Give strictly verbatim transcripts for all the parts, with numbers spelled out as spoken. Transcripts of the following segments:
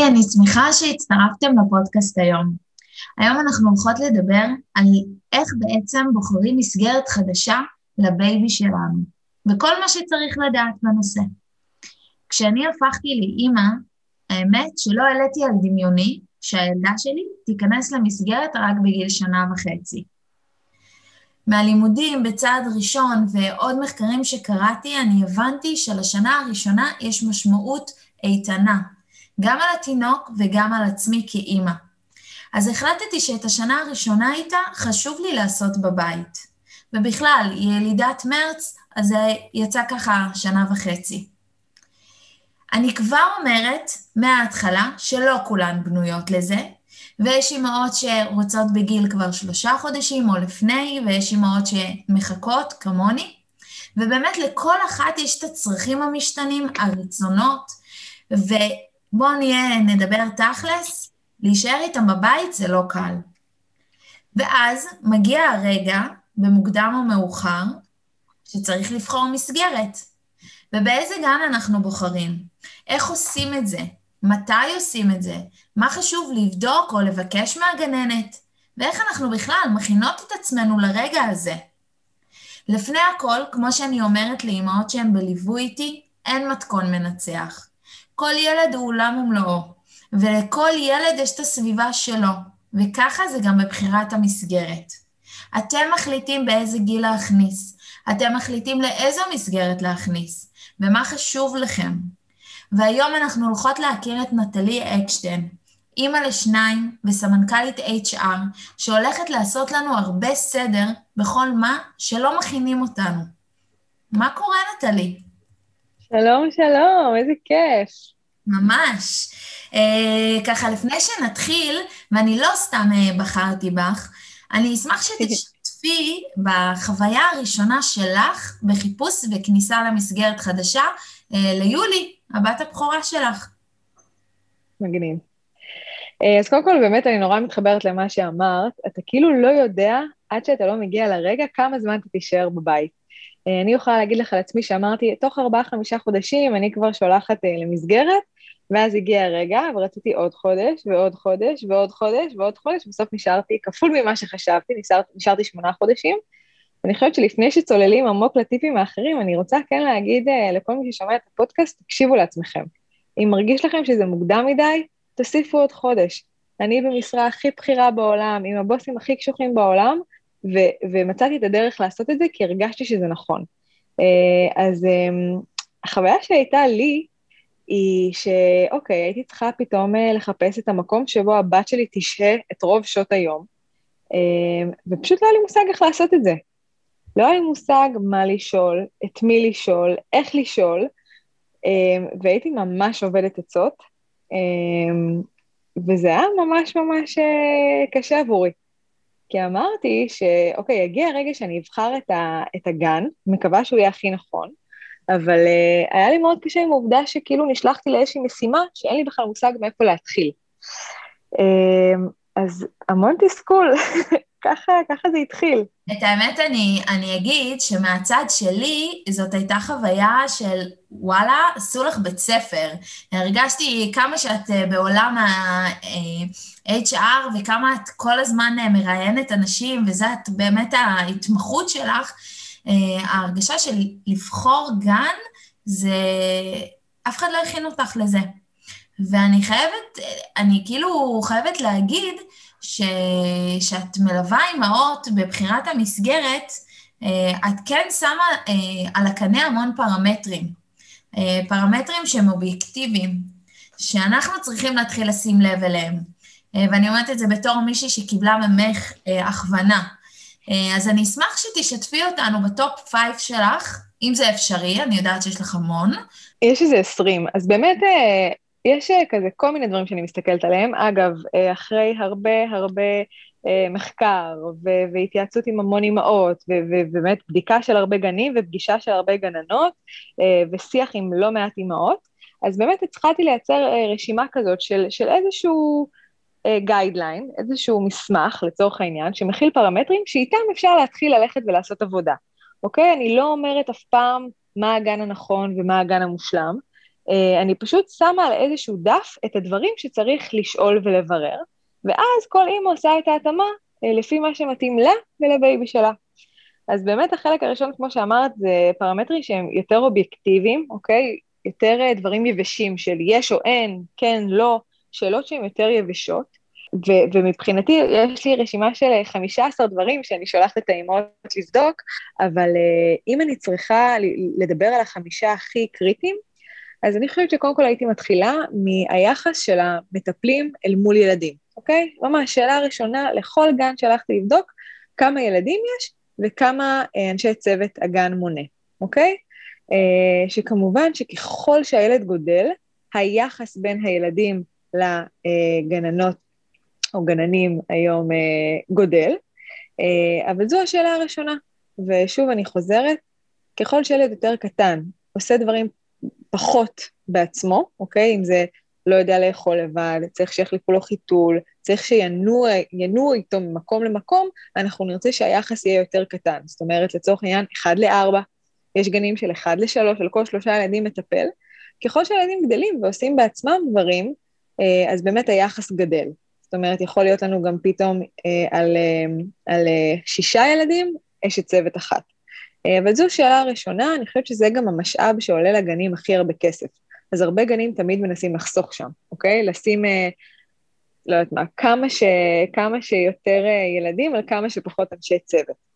היי, אני שמחה שהצטרפתם לפודקאסט היום. היום אנחנו הולכות לדבר על איך בעצם בוחרים מסגרת חדשה לבייבי שלנו, וכל מה שצריך לדעת בנושא. כשאני הפכתי לאמא, האמת שלא העליתי על דמיוני שהילדה שלי תיכנס למסגרת רק בגיל שנה וחצי. מהלימודים בצעד ראשון ועוד מחקרים שקראתי, אני הבנתי שלשנה הראשונה יש משמעות איתנה, גם על התינוק וגם על עצמי כאימא. אז החלטתי שאת השנה הראשונה איתה חשוב לי לעשות בבית. ובכלל, היא ילידת מרץ, אז זה יצא ככה שנה וחצי. אני כבר אומרת מההתחלה שלא כולן בנויות לזה, ויש אמהות שרוצות בגיל כבר שלושה חודשים או לפני, ויש אמהות שמחכות כמוני, ובאמת לכל אחת יש את הצרכים המשתנים, הרצונות, ובואו נהיה, נדבר תכלס, להישאר איתם בבית זה לא קל. ואז מגיע הרגע, במוקדם או מאוחר, שצריך לבחור מסגרת. ובאיזה גן אנחנו בוחרים? איך עושים את זה? מתי עושים את זה? מה חשוב לבדוק או לבקש מהגננת? ואיך אנחנו בכלל מכינות את עצמנו לרגע הזה? לפני הכל, כמו שאני אומרת לאמהות שהן בליווי איתי, אין מתכון מנצח. כל ילד הוא עולם ומלואו, ולכל ילד יש את הסביבה שלו, וככה זה גם בבחירת המסגרת. אתם מחליטים באיזה גיל להכניס, אתם מחליטים לאיזו מסגרת להכניס, ומה חשוב לכם. והיום אנחנו הולכות להכיר את נטלי אקשטיין, אימא לשניים וסמנכ"לית אייץ' אר, שהולכת לעשות לנו הרבה סדר בכל מה שלא מכינים אותנו. מה קורה, נטלי? שלום, שלום, איזה כיף. ממש. אה, ככה, לפני שנתחיל, ואני לא סתם אה, בחרתי בך, אני אשמח שתשתפי בחוויה הראשונה שלך בחיפוש וכניסה למסגרת חדשה אה, ליולי, הבת הבכורה שלך. מגניב. אז קודם כל, באמת אני נורא מתחברת למה שאמרת, אתה כאילו לא יודע, עד שאתה לא מגיע לרגע, כמה זמן אתה תישאר בבית. אני יכולה להגיד לך על עצמי שאמרתי, תוך ארבעה, חמישה חודשים, אני כבר שולחת למסגרת, ואז הגיע הרגע, ורציתי עוד חודש, ועוד חודש, ועוד חודש, ועוד חודש, בסוף נשארתי כפול ממה שחשבתי, נשארתי, נשארתי שמונה חודשים, ואני חושבת שלפני שצוללים עמוק לטיפים האחרים, אני רוצה כן להגיד לכל מי ששומע את הפודקאסט, תקשיבו לעצמכם. אם מרגיש לכם שזה מוקדם מדי, תוסיפו עוד חודש. אני במשרה הכי בחירה בעולם, עם הבוסים הכי קשוחים בעולם, ו- ומצאתי את הדרך לעשות את זה, כי הרגשתי שזה נכון. אז החוויה שהייתה לי, היא שאוקיי, הייתי צריכה פתאום לחפש את המקום שבו הבת שלי תשהה את רוב שעות היום, ופשוט לא היה לי מושג איך לעשות את זה. לא היה לי מושג מה לשאול, את מי לשאול, איך לשאול, והייתי ממש עובדת עצות, וזה היה ממש ממש קשה עבורי. כי אמרתי שאוקיי, יגיע הרגע שאני אבחר את, ה, את הגן, מקווה שהוא יהיה הכי נכון, אבל uh, היה לי מאוד קשה עם העובדה שכאילו נשלחתי לאיזושהי משימה, שאין לי בכלל מושג מאיפה להתחיל. Uh, אז המון תסכול, ככה, ככה זה התחיל. את האמת אני, אני אגיד שמהצד שלי זאת הייתה חוויה של וואלה, עשו לך בית ספר. הרגשתי כמה שאת בעולם ה-אייץ' אר וכמה את כל הזמן מראיינת אנשים, וזאת באמת ההתמחות שלך, ההרגשה של לבחור גן, זה אף אחד לא הכין אותך לזה. ואני חייבת, אני כאילו חייבת להגיד, ש... שאת מלווה אימהות בבחירת המסגרת, את כן שמה על הקנה המון פרמטרים, פרמטרים שהם אובייקטיביים, שאנחנו צריכים להתחיל לשים לב אליהם, ואני אומרת את זה בתור מישהי שקיבלה ממך הכוונה, אז אני אשמח שתשתפי אותנו בטופ פייב שלך, אם זה אפשרי, אני יודעת שיש לך המון. יש איזה עשרים, אז באמת יש כזה כל מיני דברים שאני מסתכלת עליהם, אגב, אחרי הרבה הרבה מחקר והתייעצות עם המון אמהות, ובאמת בדיקה של הרבה גנים ופגישה של הרבה גננות, ושיח עם לא מעט אמהות, אז באמת התחלתי לייצר רשימה כזאת של, של איזשהו גיידליין, איזשהו מסמך לצורך העניין, שמכיל פרמטרים שאיתם אפשר להתחיל ללכת ולעשות עבודה, אוקיי? אני לא אומרת אף פעם מה הגן הנכון ומה הגן המושלם, אני פשוט שמה על איזשהו דף את הדברים שצריך לשאול ולברר, ואז כל אמא עושה את ההתאמה לפי מה שמתאים לה ולבייבי שלה. אז באמת החלק הראשון, כמו שאמרת, זה פרמטרים שהם יותר אובייקטיביים, אוקיי? יותר דברים יבשים של יש או אין, כן, לא, שאלות שהן יותר יבשות, ו- ומבחינתי יש לי רשימה של חמישה עשר דברים שאני שולחת את האימהות לבדוק, אבל uh, אם אני צריכה לדבר על החמישה הכי קריטיים, אז אני חושבת שקודם כל הייתי מתחילה מהיחס של המטפלים אל מול ילדים, אוקיי? ממש, שאלה הראשונה, לכל גן שהלכתי לבדוק, כמה ילדים יש וכמה uh, אנשי צוות הגן מונה, אוקיי? Uh, שכמובן שככל שהילד גודל, היחס בין הילדים לגננות או גננים היום uh, גודל, uh, אבל זו השאלה הראשונה. ושוב אני חוזרת, ככל שילד יותר קטן, עושה דברים פחות בעצמו, אוקיי? אם זה לא יודע לאכול לבד, צריך שיחליפו לו חיתול, צריך שינוע איתו ממקום למקום, אנחנו נרצה שהיחס יהיה יותר קטן. זאת אומרת, לצורך עניין, אחד לארבע, יש גנים של אחד לשלוש, על כל שלושה ילדים מטפל. ככל שהילדים גדלים ועושים בעצמם דברים, אז באמת היחס גדל. זאת אומרת, יכול להיות לנו גם פתאום על, על שישה ילדים, אשת צוות אחת. אבל זו שאלה הראשונה, אני חושבת שזה גם המשאב שעולה לגנים הכי הרבה כסף. אז הרבה גנים תמיד מנסים לחסוך שם, אוקיי? לשים, לא יודעת מה, כמה, ש, כמה שיותר ילדים, על כמה שפחות אנשי צוות.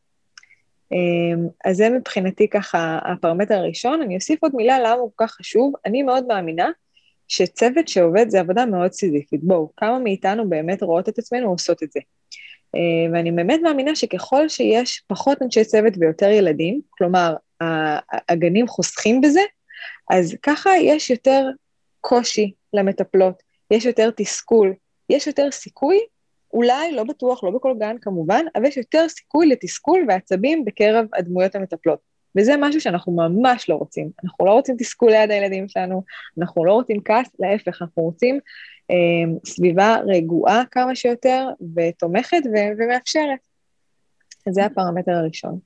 אז זה מבחינתי ככה הפרמטר הראשון. אני אוסיף עוד מילה למה הוא כל כך חשוב. אני מאוד מאמינה שצוות שעובד זה עבודה מאוד סיזיפית. בואו, כמה מאיתנו באמת רואות את עצמנו עושות את זה. ואני באמת מאמינה שככל שיש פחות אנשי צוות ויותר ילדים, כלומר, הגנים חוסכים בזה, אז ככה יש יותר קושי למטפלות, יש יותר תסכול, יש יותר סיכוי, אולי, לא בטוח, לא בכל גן כמובן, אבל יש יותר סיכוי לתסכול ועצבים בקרב הדמויות המטפלות. וזה משהו שאנחנו ממש לא רוצים. אנחנו לא רוצים תסכול ליד הילדים שלנו, אנחנו לא רוצים כעס, להפך, אנחנו רוצים אה, סביבה רגועה כמה שיותר, ותומכת ו- ומאפשרת. זה הפרמטר הראשון.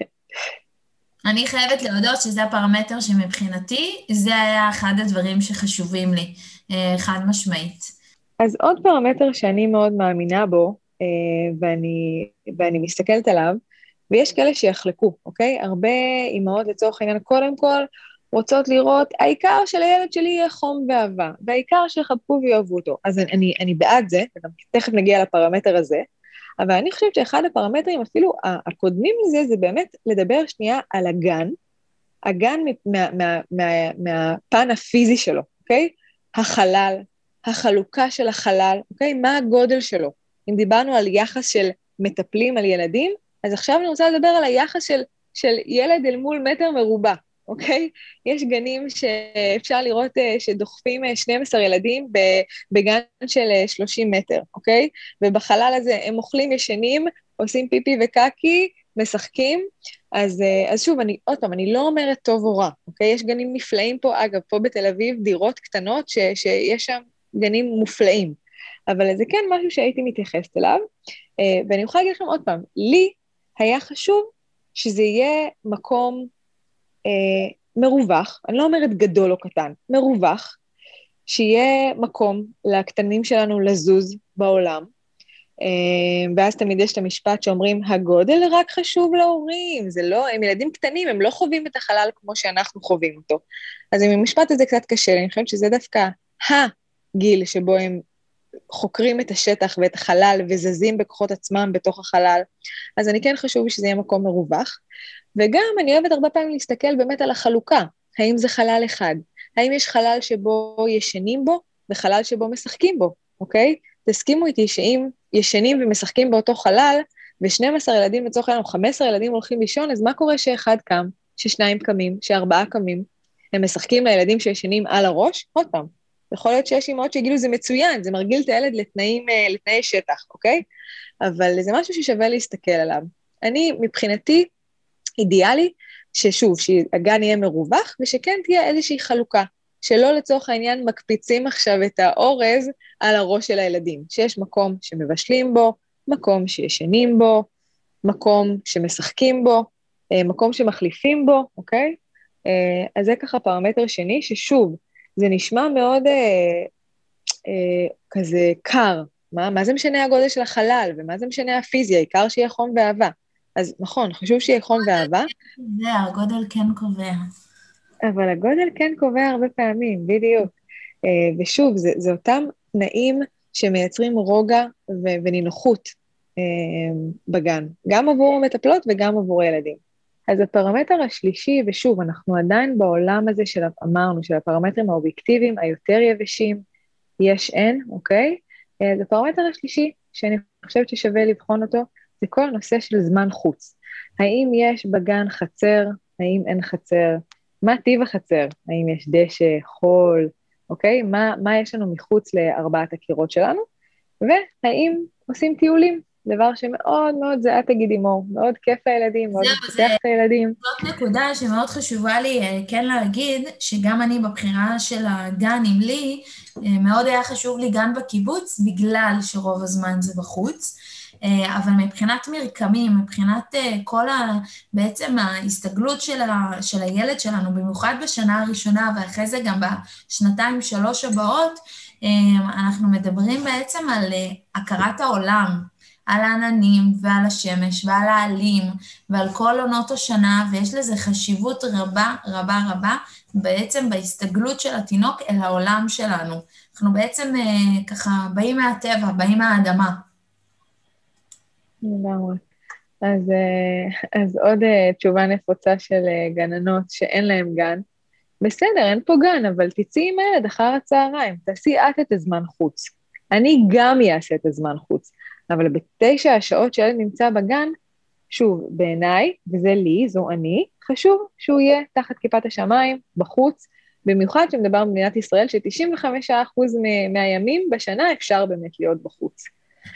אני חייבת להודות שזה הפרמטר שמבחינתי, זה היה אחד הדברים שחשובים לי, חד משמעית. אז עוד פרמטר שאני מאוד מאמינה בו, ואני, ואני מסתכלת עליו, ויש כאלה שיחלקו, אוקיי? הרבה אימהות לצורך העניין, קודם כל, רוצות לראות, העיקר של הילד שלי יהיה חום ואהבה, והעיקר שיחבקו ויאהבו אותו. אז אני, אני בעד זה, וגם תכף נגיע לפרמטר הזה, אבל אני חושבת שאחד הפרמטרים, אפילו הקודמים לזה, זה באמת לדבר שנייה על הגן, הגן מה, מה, מה, מהפן הפיזי שלו, אוקיי? החלל, החלוקה של החלל, אוקיי? מה הגודל שלו? אם דיברנו על יחס של מטפלים על ילדים, אז עכשיו אני רוצה לדבר על היחס של, של ילד אל מול מטר מרובע, אוקיי? יש גנים שאפשר לראות שדוחפים שנים עשר ילדים בגן של שלושים מטר, אוקיי? ובחלל הזה הם אוכלים ישנים, עושים פיפי וקקי, משחקים, אז, אז שוב, אני, עוד פעם, אני לא אומרת טוב או רע, אוקיי? יש גנים נפלאים פה, אגב, פה בתל אביב, דירות קטנות ש, שיש שם גנים מופלאים, אבל זה כן משהו שהייתי מתייחסת אליו, ואני יכולה להגיד לכם עוד פעם, לי היה חשוב שזה יהיה מקום אה, מרווח, אני לא אומרת גדול או קטן, מרווח, שיהיה מקום לקטנים שלנו לזוז בעולם, אה, ואז תמיד יש את המשפט שאומרים, הגודל רק חשוב להורים, זה לא, הם ילדים קטנים, הם לא חווים את החלל כמו שאנחנו חווים אותו. אז עם המשפט הזה קצת קשה, אני חושבת שזה דווקא הגיל שבו הם חוקרים את השטח ואת החלל וזזים בכוחות עצמם בתוך החלל, אז אני כן חשוב שזה יהיה מקום מרווח, וגם אני אוהבת הרבה פעמים להסתכל באמת על החלוקה, האם זה חלל אחד, האם יש חלל שבו ישנים בו, וחלל שבו משחקים בו, אוקיי? תסכימו איתי שאם ישנים ומשחקים באותו חלל, ו-שנים עשר ילדים לצורך העניין, או חמישה עשר ילדים הולכים לישון, אז מה קורה שאחד קם, ששניים קמים, שארבעה קמים, הם משחקים לילדים שישנים על הראש? עוד פעם, יכול להיות שיש אימהות שיגידו זה מצוין, זה מרגיל את הילד לתנאים, לתנאי שטח, אוקיי? אבל זה משהו ששווה להסתכל עליו. אני, מבחינתי, אידיאלי, ששוב, שהגן יהיה מרווח, ושכן תהיה איזושהי חלוקה, שלא לצורך העניין מקפיצים עכשיו את האורז על הראש של הילדים, שיש מקום שמבשלים בו, מקום שישנים בו, מקום שמשחקים בו, מקום שמחליפים בו, אוקיי? אז זה ככה פרמטר שני, ששוב, זה נשמע מאוד אה, אה, כזה קר, מה, מה זה משנה הגודל של החלל, ומה זה משנה הפיזיה, העיקר שיהיה חום ואהבה. אז נכון, חשוב שיהיה חום ואהבה, זה, הגודל כן קובע. אבל הגודל כן קובע הרבה פעמים, בדיוק. אה, ושוב, זה, זה אותם תנאים שמייצרים רוגע ו- ונינוחות אה, בגן, גם עבור המטפלות וגם עבור הילדים. אז הפרמטר השלישי, ושוב, אנחנו עדיין בעולם הזה של, אמרנו, של הפרמטרים האובייקטיביים, היותר יבשים, יש אין, אוקיי? אה, אז הפרמטר השלישי, שאני חושבת ששווה לבחון אותו, זה כל הנושא של זמן חוץ. האם יש בגן חצר, האם אין חצר, מה טיב החצר, האם יש דשא, חול, אוקיי? מה, מה יש לנו מחוץ לארבעת הקירות שלנו, והאם עושים טיולים, דבר שמאוד מאוד זה את תגידי מור, מאוד כיף לילדים, מאוד זהו, זה, מפתח את הילדים. זאת נקודה שמאוד חשובה לי אה, כן להגיד, שגם אני בבחירה של הגן עם לי, אה, מאוד היה חשוב לי גן בקיבוץ, בגלל שרוב הזמן זה בחוץ, אה, אבל מבחינת מרקמים, מבחינת אה, כל ה... בעצם ההסתגלות של, ה, של הילד שלנו, במיוחד בשנה הראשונה, ואחרי זה גם בשנתיים שלוש הבאות, אה, אנחנו מדברים בעצם על אה, הכרת העולם, על העננים ועל השמש ועל העלים ועל כל עונות השנה, ויש לזה חשיבות רבה רבה רבה בעצם בהסתגלות של התינוק אל העולם שלנו. אנחנו בעצם אה, ככה באים מהטבע, באים מהאדמה. לגמרי. אז, אה, אז עוד אה, תשובה נפוצה של אה, גננות שאין להם גן. בסדר, אין פה גן, אבל תצאי עם הילד אחר הצהריים, תעשי את את הזמן חוץ. אני גם אעשה את הזמן חוץ, אבל בתשע השעות שהילד נמצא בגן, שוב, בעיניי, וזה לי, זו אני, חשוב שהוא יהיה תחת כיפת השמיים, בחוץ, במיוחד שמדבר במדינת ישראל, ש-תשעים וחמישה אחוז מהימים בשנה אפשר באמת להיות בחוץ.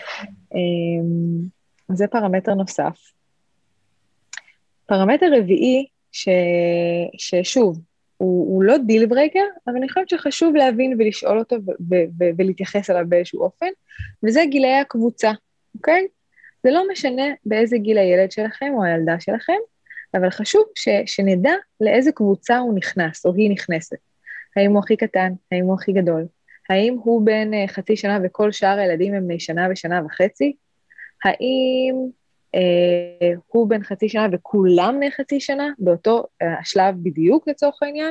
זה פרמטר נוסף. פרמטר רביעי, ש... ששוב, הוא, הוא לא דיל ברקר, אבל אני חושבת שחשוב להבין ולשאול אותו ו- ו- ו- ולהתייחס אליו באיזשהו אופן, וזה גילאי הקבוצה, אוקיי? זה לא משנה באיזה גיל הילד שלכם או הילדה שלכם, אבל חשוב ש- שנדע לאיזה קבוצה הוא נכנס או היא נכנסת. האם הוא הכי קטן, האם הוא הכי גדול, האם הוא בן uh, חצי שנה וכל שאר הילדים הם בני שנה ושנה וחצי, האם uh, הוא בן חצי שנה וכולם בני חצי שנה, באותו uh, השלב בדיוק לצורך העניין,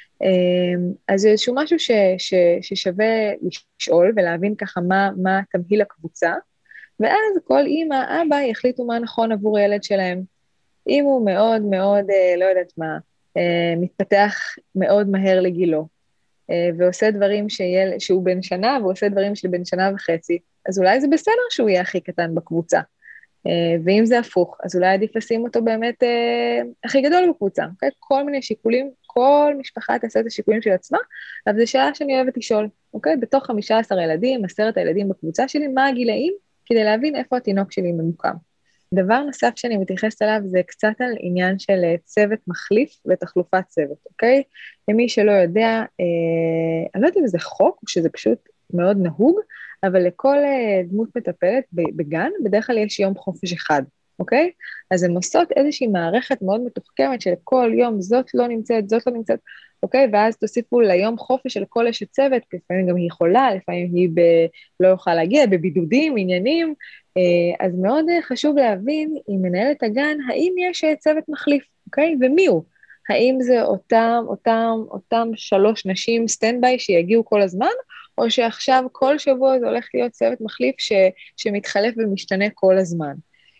אז זה איזשהו משהו ש, ש, ששווה לשאול ולהבין ככה מה, מה תמהיל הקבוצה, ואז כל אמא, אבא יחליטו מה נכון עבור הילד שלהם. אם הוא מאוד מאוד, לא יודעת מה, מתפתח מאוד מהר לגילו, ועושה דברים שיל, שהוא בן שנה, והוא עושה דברים של בן שנה וחצי, אז אולי זה בסדר שהוא יהיה הכי קטן בקבוצה. ואם זה הפוך, אז אולי עדיף לשים אותו באמת אה, הכי גדול בקבוצה, אוקיי? כל מיני שיקולים, כל משפחה תעשה את השיקולים של עצמה, אבל זו שאלה שאני אוהבת לשאול, אוקיי? בתוך חמישה עשר ילדים, עשרת הילדים בקבוצה שלי, מה הגילאים? כדי להבין איפה התינוק שלי ממוקם. דבר נוסף שאני מתייחסת עליו זה קצת על עניין של צוות מחליף ותחלופת צוות, אוקיי? למי שלא יודע, אה, אני לא יודעת אם זה חוק או שזה פשוט מאוד נהוג, אבל לכל דמות מטפלת בגן, בדרך כלל יש יום חופש אחד, אוקיי? אז הן עושות איזושהי מערכת מאוד מתוחכמת של כל יום זאת לא נמצאת, זאת לא נמצאת, אוקיי? ואז תוסיפו ליום חופש של כל אשת צוות, לפעמים גם היא חולה, לפעמים היא ב... לא יכולה להגיע, בבידודים, עניינים, אז מאוד חשוב להבין עם מנהלת הגן, האם יש צוות מחליף, אוקיי? ומי הוא? האם זה אותם, אותם, אותם שלוש נשים סטנד-ביי שיגיעו כל הזמן, או שעכשיו כל שבוע זה הולך להיות צוות מחליף ש, שמתחלף ומשתנה כל הזמן.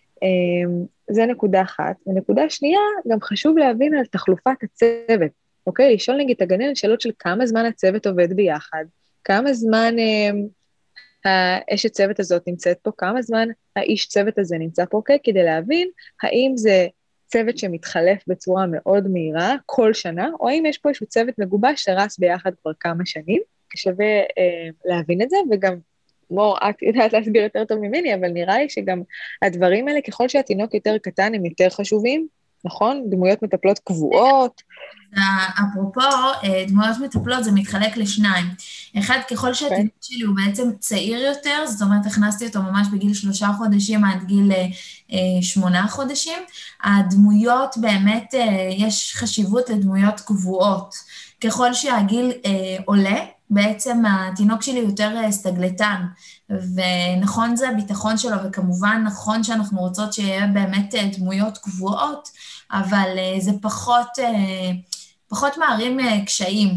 זה נקודה אחת. ונקודה שנייה, גם חשוב להבין על תחלופת הצוות, אוקיי? לשאול נגיד את הגננת שאלות של כמה זמן הצוות עובד ביחד, כמה זמן האשת צוות הזאת נמצאת פה, כמה זמן האיש צוות הזה נמצא פה, אוקיי? כדי להבין האם זה צוות שמתחלף בצורה מאוד מהירה כל שנה, או האם יש פה איזשהו צוות מגובש שרס ביחד כבר כמה שנים, שווה אה, להבין את זה, וגם מור, את יודעת להסביר יותר טוב ממני, אבל נראה לי שגם הדברים האלה, ככל שהתינוק יותר קטן, הם יותר חשובים, נכון? דמויות מטפלות קבועות. אפרופו, דמויות מטפלות זה מתחלק לשניים. אחד, ככל שהתינוק שלי הוא בעצם צעיר יותר, זאת אומרת, הכנסתי אותו ממש בגיל שלושה חודשים עד גיל שמונה חודשים, הדמויות באמת, יש חשיבות לדמויות קבועות. ככל שהגיל עולה, בעצם התינוק שלי יותר סטגלטן, ונכון זה הביטחון שלו, וכמובן נכון שאנחנו רוצות שיהיה באמת דמויות קבועות, אבל זה פחות, פחות מערים קשיים.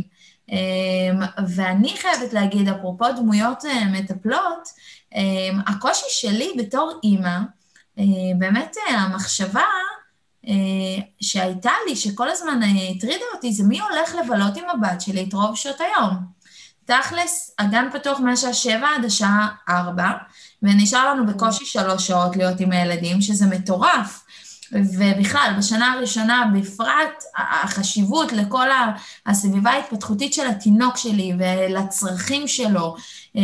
ואני חייבת להגיד, אפרופו דמויות מטפלות, הקושי שלי בתור אימא, באמת המחשבה שהייתה לי, שכל הזמן הטרידה אותי, זה מי הולך לבלות עם הבת שלי את רוב שעות היום. תכלס, הגן פתוח מהשעה שבע עד השעה ארבע, ונשאר לנו בקושי שלוש שעות להיות עם הילדים, שזה מטורף. ובכלל, בשנה הראשונה בפרט, החשיבות לכל הסביבה ההתפתחותית של התינוק שלי ולצרכים שלו,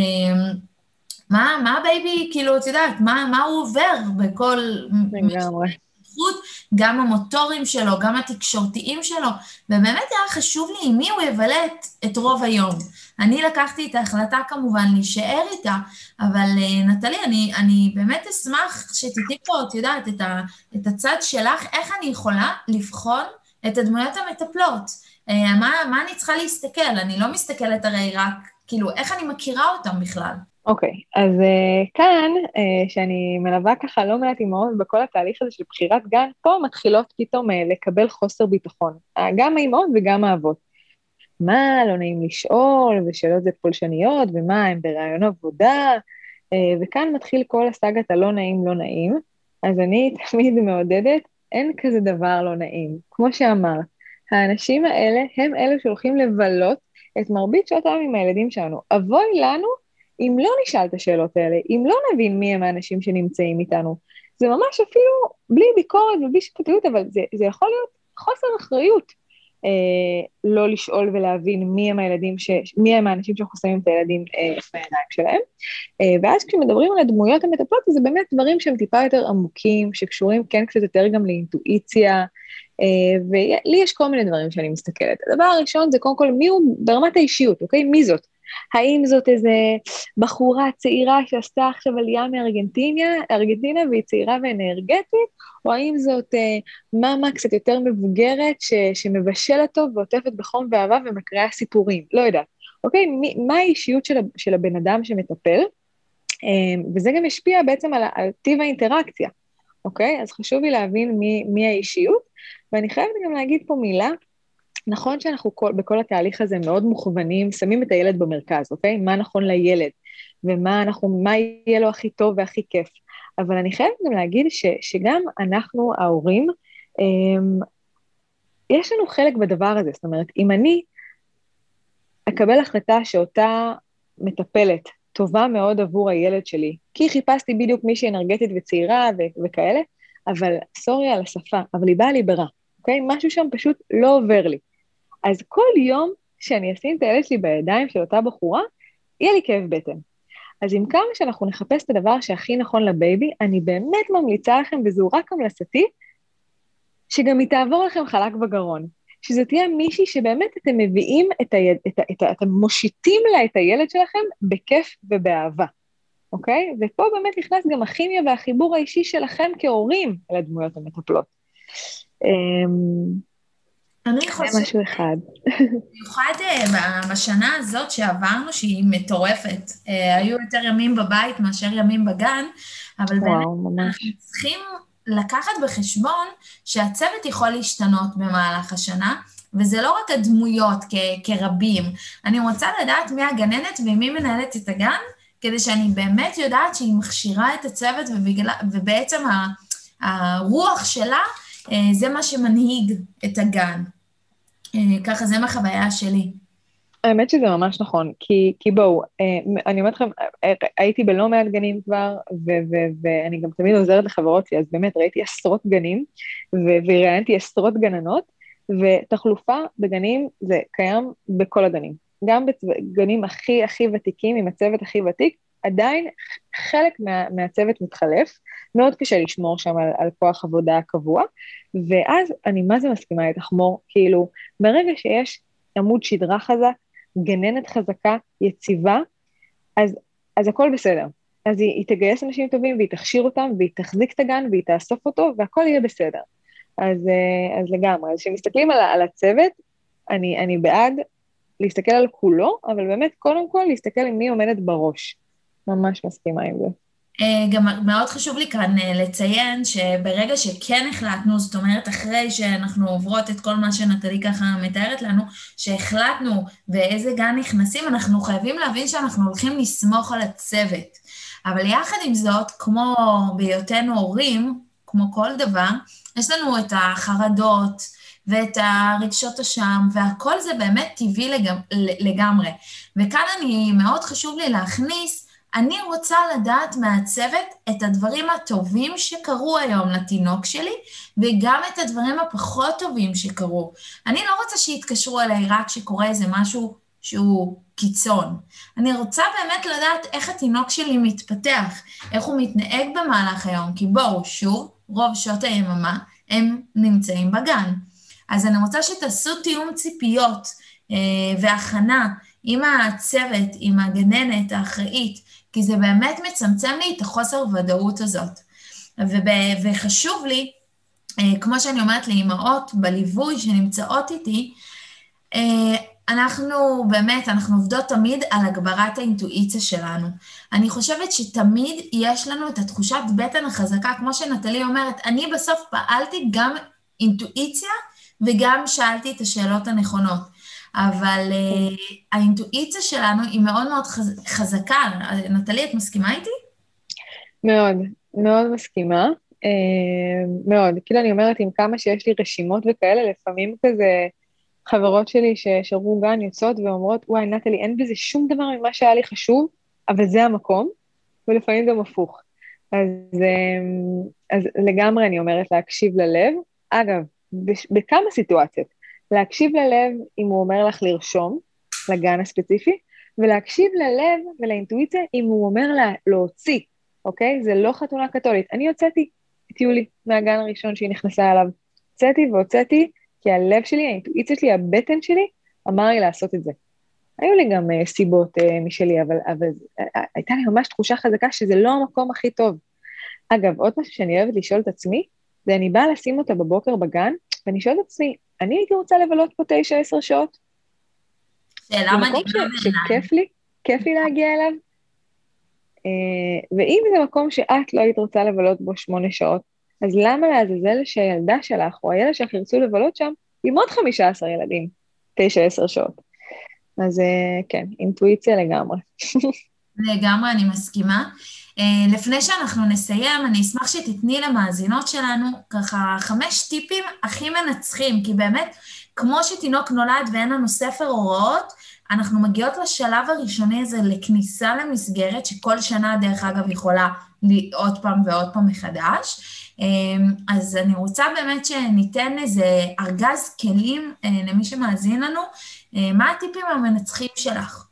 מה, מה הבייבי, כאילו, את יודעת, מה, מה הוא עובר בכל... לגמרי. גם המוטורים שלו, גם התקשורתיים שלו, ובאמת היה חשוב לי עם מי הוא יבלה את, את רוב היום. אני לקחתי את ההחלטה כמובן להישאר איתה, אבל נטלי, אני, אני באמת אשמח שתתני פה, את יודעת, את, ה, את הצד שלך, איך אני יכולה לבחון את הדמויות המטפלות. מה, מה אני צריכה להסתכל? אני לא מסתכלת הרי רק, כאילו, איך אני מכירה אותם בכלל? אוקיי, okay, אז uh, כאן, uh, שאני מלווה ככה לא מעט אימהות בכל התהליך הזה של בחירת גן, פה מתחילות פתאום uh, לקבל חוסר ביטחון, uh, גם האימהות וגם האבות. מה לא נעים לשאול, ושאלות זה פולשניות, ומה הם ברעיון עבודה, uh, וכאן מתחיל כל הסגת הלא נעים לא נעים, אז אני תמיד מעודדת, אין כזה דבר לא נעים. כמו שאמרת, האנשים האלה הם אלה שהולכים לבלות את מרבית שעות היום עם הילדים שלנו. אבוי לנו, אם לא נשאל את השאלות האלה, אם לא נבין מי הם האנשים שנמצאים איתנו, זה ממש אפילו בלי ביקורת ובלי שיפוטיות, אבל זה, זה יכול להיות חוסר אחריות, אה, לא לשאול ולהבין מי הם הילדים, ש, מי הם האנשים שאנחנו שמים את הילדים אה, בידיים שלהם, אה, ואז כשמדברים על הדמויות המטפלות, זה באמת דברים שהם טיפה יותר עמוקים, שקשורים כן קצת יותר גם לאינטואיציה, אה, ולי יש כל מיני דברים שאני מסתכלת. הדבר הראשון זה קודם כל מי הוא ברמת האישיות, אוקיי? מי זאת? האם זאת איזה בחורה צעירה שעשתה עכשיו עלייה מארגנטינה, ארגנטינה והיא צעירה ואנרגטית, או האם זאת אה, מאמה קצת יותר מבוגרת ש, שמבשלת טוב ועוטפת בחום ואהבה ומקריאה סיפורים, לא יודעת. אוקיי, מי, מה האישיות של, של הבן אדם שמטפל, אה, וזה גם השפיע בעצם על, על טיב האינטראקציה, אוקיי? אז חשוב לי להבין מי, מי האישיות, ואני חייבת גם להגיד פה מילה, נכון שאנחנו כל, בכל התהליך הזה מאוד מוכוונים, שמים את הילד במרכז, אוקיי? מה נכון לילד, ומה אנחנו, מה יהיה לו הכי טוב והכי כיף. אבל אני חייבת גם להגיד ש, שגם אנחנו, ההורים, אמ, יש לנו חלק בדבר הזה, זאת אומרת, אם אני אקבל החלטה שאותה מטפלת טובה מאוד עבור הילד שלי, כי חיפשתי בדיוק מישהי אנרגטית וצעירה ו- וכאלה, אבל סורי על השפה, אבל היא באה לי ברע, אוקיי? משהו שם פשוט לא עובר לי. אז כל יום שאני אשים את הילד שלי בידיים של אותה בחורה, יהיה לי כאב בטן. אז עם כמה שאנחנו נחפש את הדבר שהכי נכון לבייבי, אני באמת ממליצה לכם, וזו רק המלצתי, שגם היא תעבור לכם חלק בגרון. שזו תהיה מישהי שבאמת אתם מביאים את הילד, את ה, את ה, אתם מושיטים לה את הילד שלכם בכיף ובאהבה. אוקיי? ופה באמת נכנס גם הכימיה והחיבור האישי שלכם כהורים על הדמויות המטפלות. אני חושבת, זה משהו אחד. במיוחד בשנה הזאת שעברנו, שהיא מטורפת, היו יותר ימים בבית מאשר ימים בגן, אבל באמת אנחנו צריכים לקחת בחשבון שהצוות יכול להשתנות במהלך השנה, וזה לא רק הדמויות כ- כרבים. אני רוצה לדעת מי הגננת ומי מנהלת את הגן, כדי שאני באמת יודעת שהיא מכשירה את הצוות, ובגלל, ובעצם הרוח שלה, זה מה שמנהיג את הגן. ככה זה מהחוויה שלי. האמת שזה ממש נכון, כי, כי בואו, אני אומרת לכם, הייתי בלא מעט גנים כבר, ו- ו- ואני גם תמיד עוזרת לחברות שלי, אז באמת ראיתי עשרות גנים, ו- וראיינתי עשרות גננות, ותחלופה בגנים זה קיים בכל הגנים. גם בגנים הכי הכי ותיקים, עם הצוות הכי ותיק, עדיין חלק מה, מהצוות מתחלף, מאוד קשה לשמור שם על, על כוח עבודה קבוע, ואז אני מה זה מסכימה איתך מור, כאילו, ברגע שיש עמוד שדרה חזק, גננת חזקה, יציבה, אז, אז הכל בסדר. אז היא, היא תגייס אנשים טובים, והיא תכשיר אותם, והיא תחזיק את הגן, והיא תאסוף אותו, והכל יהיה בסדר. אז, אז לגמרי, אז כשמסתכלים על, על הצוות, אני, אני בעד להסתכל על כולו, אבל באמת קודם כל להסתכל עם מי עומדת בראש. ממש מסכימה עם זה. גם מאוד חשוב לי כאן לציין שברגע שכן החלטנו, זאת אומרת אחרי שאנחנו עוברות את כל מה שנטלי ככה מתארת לנו, שהחלטנו באיזה גן נכנסים, אנחנו חייבים להבין שאנחנו הולכים לסמוך על הצוות. אבל יחד עם זאת, כמו בהיותנו הורים, כמו כל דבר, יש לנו את החרדות ואת הרגשות השם, והכל זה באמת טבעי לגמרי. וכאן אני מאוד חשוב לי להכניס, אני רוצה לדעת מהצוות את הדברים הטובים שקרו היום לתינוק שלי, וגם את הדברים הפחות טובים שקרו. אני לא רוצה שיתקשרו אליי רק שקורה איזה משהו שהוא קיצון. אני רוצה באמת לדעת איך התינוק שלי מתפתח, איך הוא מתנהג במהלך היום, כי בואו, שוב, רוב שעות היממה הם נמצאים בגן. אז אני רוצה שתעשו תיאום ציפיות אה, והכנה עם הצוות, עם הגננת האחראית, כי זה באמת מצמצם לי את החוסר ודאות הזאת. וב- וחשוב לי, אה, כמו שאני אומרת לאמהות בליווי שנמצאות איתי, אה, אנחנו באמת, אנחנו עובדות תמיד על הגברת האינטואיציה שלנו. אני חושבת שתמיד יש לנו את התחושת בטן החזקה, כמו שנטלי אומרת, אני בסוף פעלתי גם אינטואיציה, וגם שאלתי את השאלות הנכונות. אבל uh, האינטואיציה שלנו היא מאוד מאוד חז... חזקה. נטלי, את מסכימה איתי? מאוד, מאוד מסכימה. אה, מאוד. כאילו אני אומרת, עם כמה שיש לי רשימות וכאלה, לפעמים כזה חברות שלי ששרו גן יוצאות ואומרות, וואי, נטלי, אין בזה שום דבר ממה שהיה לי חשוב, אבל זה המקום, ולפעמים גם הפוך. אז, אז לגמרי אני אומרת להקשיב ללב. אגב, בכמה סיטואציות, להקשיב ללב אם הוא אומר לך לרשום לגן הספציפי, ולהקשיב ללב ולאינטואיציה אם הוא אומר לה להוציא, אוקיי? זה לא חתונה קתולית. אני הוצאתי את יולי מהגן הראשון שהיא נכנסה אליו. הוצאתי והוצאתי, כי הלב שלי, האינטואיציה שלי, הבטן שלי, אמר לי לעשות את זה. היו לי גם uh, סיבות uh, משלי, אבל, אבל uh, הייתה לי ממש תחושה חזקה שזה לא המקום הכי טוב. אגב, עוד משהו שאני אוהבת לשאול את עצמי, זה אני באה לשים אותה בבוקר בגן, ואני שואלת את עצמי, אני הייתי רוצה לבלות פה תשע עשר שעות? שאלה מדהימה בעיניי. שכיף לי, כיף לי להגיע אליו. ואם זה מקום שאת לא היית רוצה לבלות בו שמונה שעות, אז למה לעזאזל שהילדה שלך, או הילד שלך ירצו לבלות שם, עם עוד חמישה עשר ילדים, תשע עשר שעות. אז כן, אינטואיציה לגמרי. לגמרי, אני מסכימה. לפני שאנחנו נסיים, אני אשמח שתתני למאזינות שלנו ככה חמש טיפים הכי מנצחים, כי באמת, כמו שתינוק נולד ואין לנו ספר הוראות, אנחנו מגיעות לשלב הראשוני הזה לכניסה למסגרת, שכל שנה דרך אגב יכולה עוד פעם ועוד פעם מחדש. אז אני רוצה באמת שניתן איזה ארגז כלים למי שמאזין לנו. מה הטיפים המנצחים שלך?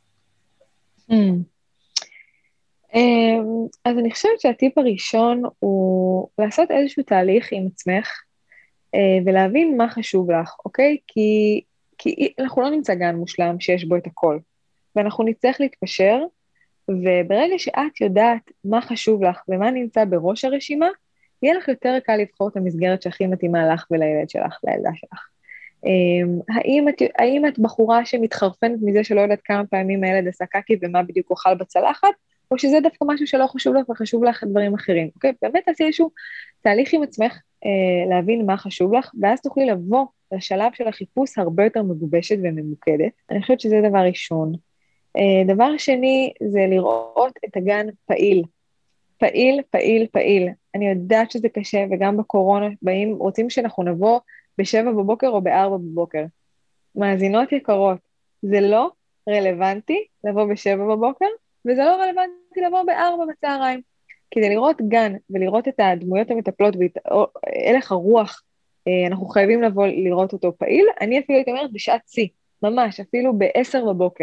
אז אני חושבת שהטיפ הראשון הוא לעשות איזשהו תהליך עם עצמך, ולהבין מה חשוב לך, אוקיי? כי, כי אנחנו לא נמצא גן מושלם שיש בו את הכל, ואנחנו נצטרך להתפשר, וברגע שאת יודעת מה חשוב לך ומה נמצא בראש הרשימה, יהיה לך יותר קל לבחור את המסגרת שהכי מתאימה לך ולילד שלך, לילדה שלך. האם את, האם את בחורה שמתחרפנת מזה שלא יודעת כמה פעמים הילד עשה קקי ומה בדיוק אוכל בצלחת, או שזה דווקא משהו שלא חשוב לך וחשוב לך דברים אחרים, אוקיי? באמת תעשי איזשהו תהליך עם עצמך, אה, להבין מה חשוב לך, ואז תוכלי לבוא לשלב של החיפוש הרבה יותר מגובשת וממוקדת. אני חושבת שזה דבר ראשון. אה, דבר שני זה לראות את הגן פעיל. פעיל, פעיל, פעיל. אני יודעת שזה קשה, וגם בקורונה באים, רוצים שאנחנו נבוא בשבע בבוקר או בארבע בבוקר. מאזינות יקרות, זה לא רלוונטי לבוא בשבע בבוקר, וזה לא רלוונטי לבוא בארבע בצהריים. כדי לראות גן ולראות את הדמויות המטפלות והלך הרוח, אנחנו חייבים לבוא לראות אותו פעיל. אני אפילו הייתי אומרת בשעת צי, ממש, אפילו בעשר בבוקר.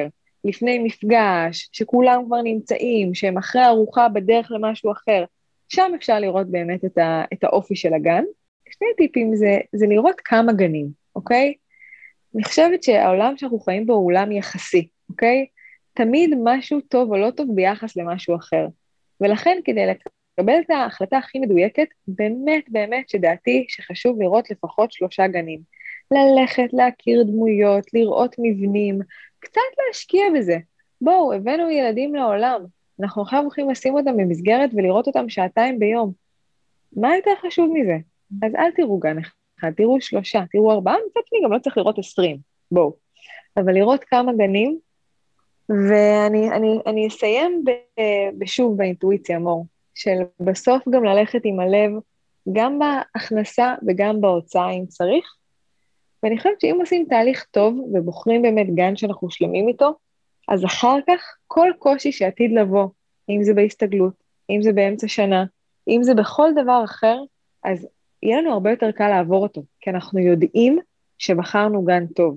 לפני מפגש, שכולם כבר נמצאים, שהם אחרי ארוחה בדרך למשהו אחר, שם אפשר לראות באמת את, ה, את האופי של הגן. שני טיפים זה, זה לראות כמה גנים, אוקיי? אני חושבת שהעולם שאנחנו חיים בו הוא עולם יחסי, אוקיי? תמיד משהו טוב או לא טוב ביחס למשהו אחר. ולכן כדי לקבל את ההחלטה הכי מדויקת, באמת באמת שדעתי שחשוב לראות לפחות שלושה גנים. ללכת, להכיר דמויות, לראות מבנים, קצת להשקיע בזה. בואו, הבאנו ילדים לעולם, אנחנו עכשיו הולכים לשים אותם במסגרת ולראות אותם שעתיים ביום. מה יותר חשוב מזה? אז אל תראו גן אחד, תראו שלושה, תראו ארבעה, מצד שני גם לא צריך לראות עשרים, בואו. אבל לראות כמה גנים, ואני אני, אני אסיים ב, בשוב באינטואיציה, מור, של בסוף גם ללכת עם הלב, גם בהכנסה וגם בהוצאה אם צריך, ואני חושבת שאם עושים תהליך טוב ובוחרים באמת גן שאנחנו שלמים איתו, אז אחר כך כל קושי שעתיד לבוא, אם זה בהסתגלות, אם זה באמצע שנה, אם זה בכל דבר אחר, אז יהיה לנו הרבה יותר קל לעבור אותו, כי אנחנו יודעים שבחרנו גן טוב.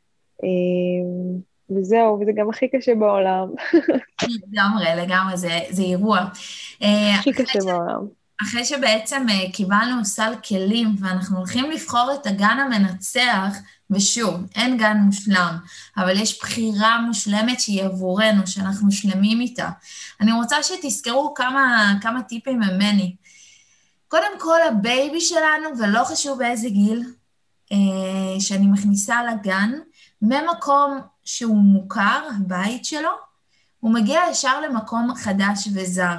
וזהו, וזה גם הכי קשה בעולם. לגמרי, לגמרי, זה, זה אירוע. הכי קשה בעולם. אחרי שבעצם קיבלנו סל כלים, ואנחנו הולכים לבחור את הגן המנצח, ושוב, אין גן מושלם, אבל יש בחירה מושלמת שהיא עבורנו, שאנחנו שלמים איתה. אני רוצה שתזכרו כמה, כמה טיפים ממני. קודם כל, הבייבי שלנו, ולא חשוב באיזה גיל, שאני מכניסה לגן, ממקום שהוא מוכר, הבית שלו, הוא מגיע ישר למקום חדש וזר.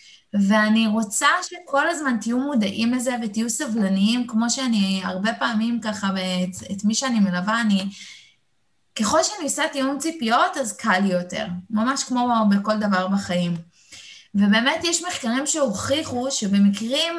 ואני רוצה שכל הזמן תהיו מודעים לזה ותהיו סבלניים, כמו שאני הרבה פעמים ככה, את, את מי שאני מלווה, אני, ככל שאני עושה תיאום ציפיות, אז קל לי יותר, ממש כמו בכל דבר בחיים. ובאמת יש מחקרים שהוכיחו שבמקרים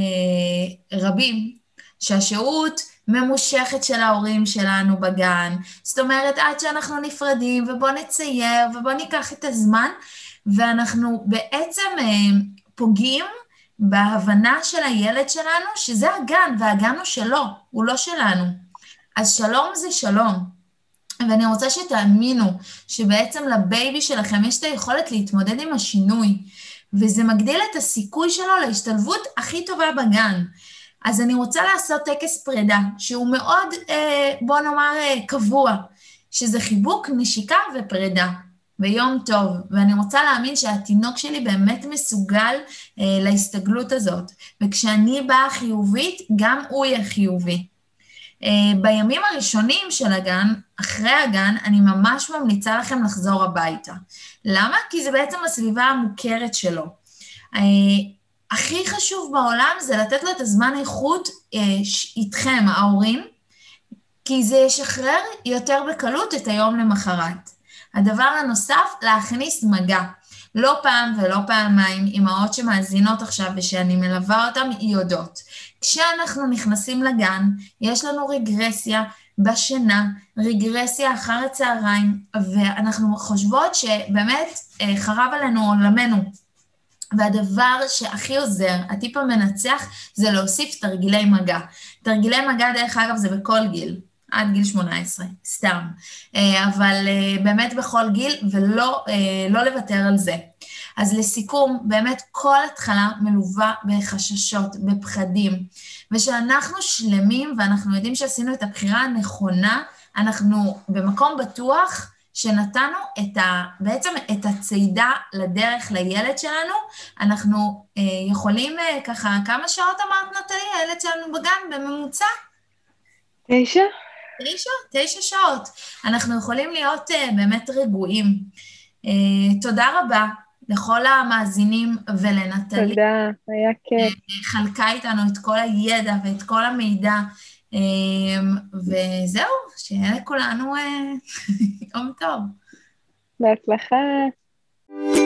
אה, רבים, שהשהות ממושכת של ההורים שלנו בגן, זאת אומרת, עד שאנחנו נפרדים ובוא נצייר ובוא ניקח את הזמן, ואנחנו בעצם אה, פוגעים בהבנה של הילד שלנו, שזה הגן, והגן הוא שלו, הוא לא שלנו. אז שלום זה שלום. ואני רוצה שתאמינו שבעצם לבייבי שלכם יש את היכולת להתמודד עם השינוי, וזה מגדיל את הסיכוי שלו להשתלבות הכי טובה בגן. אז אני רוצה לעשות טקס פרידה, שהוא מאוד, אה, בוא נאמר, אה, קבוע, שזה חיבוק, נשיקה ופרידה. ויום טוב, ואני רוצה להאמין שהתינוק שלי באמת מסוגל אה, להסתגלות הזאת, וכשאני באה חיובית, גם הוא יהיה חיובי. אה, בימים הראשונים של הגן, אחרי הגן, אני ממש ממליצה לכם לחזור הביתה. למה? כי זה בעצם הסביבה המוכרת שלו. אה, הכי חשוב בעולם זה לתת לו את הזמן איכות אה, איתכם, ההורים, כי זה ישחרר יותר בקלות את היום למחרת. הדבר הנוסף, להכניס מגע. לא פעם ולא פעמיים, אמהות שמאזינות עכשיו ושאני מלווה אותם, יודעות. כשאנחנו נכנסים לגן, יש לנו רגרסיה בשינה, רגרסיה אחר הצהריים, ואנחנו חושבות שבאמת חרב עלינו עולמנו. והדבר שהכי עוזר, הטיפ המנצח, זה להוסיף תרגילי מגע. תרגילי מגע, דרך אגב, זה בכל גיל. עד גיל שמונה עשרה, סתם. אבל באמת בכל גיל, ולא לא לוותר על זה. אז לסיכום, באמת כל התחלה מלווה בחששות, בפחדים, ושאנחנו שלמים, ואנחנו יודעים שעשינו את הבחירה הנכונה, אנחנו במקום בטוח שנתנו את ה, בעצם את הצעידה לדרך לילד שלנו, אנחנו יכולים ככה, כמה שעות אמרת נטלי, הילד שלנו בגן בממוצע? תשע? תשע, תשע שעות. אנחנו יכולים להיות uh, באמת רגועים. Uh, תודה רבה לכל המאזינים ולנטלי. תודה, היה כיף. Uh, חלקה איתנו את כל הידע ואת כל המידע, uh, וזהו, שיהיה לכולנו uh, יום טוב. בהצלחה.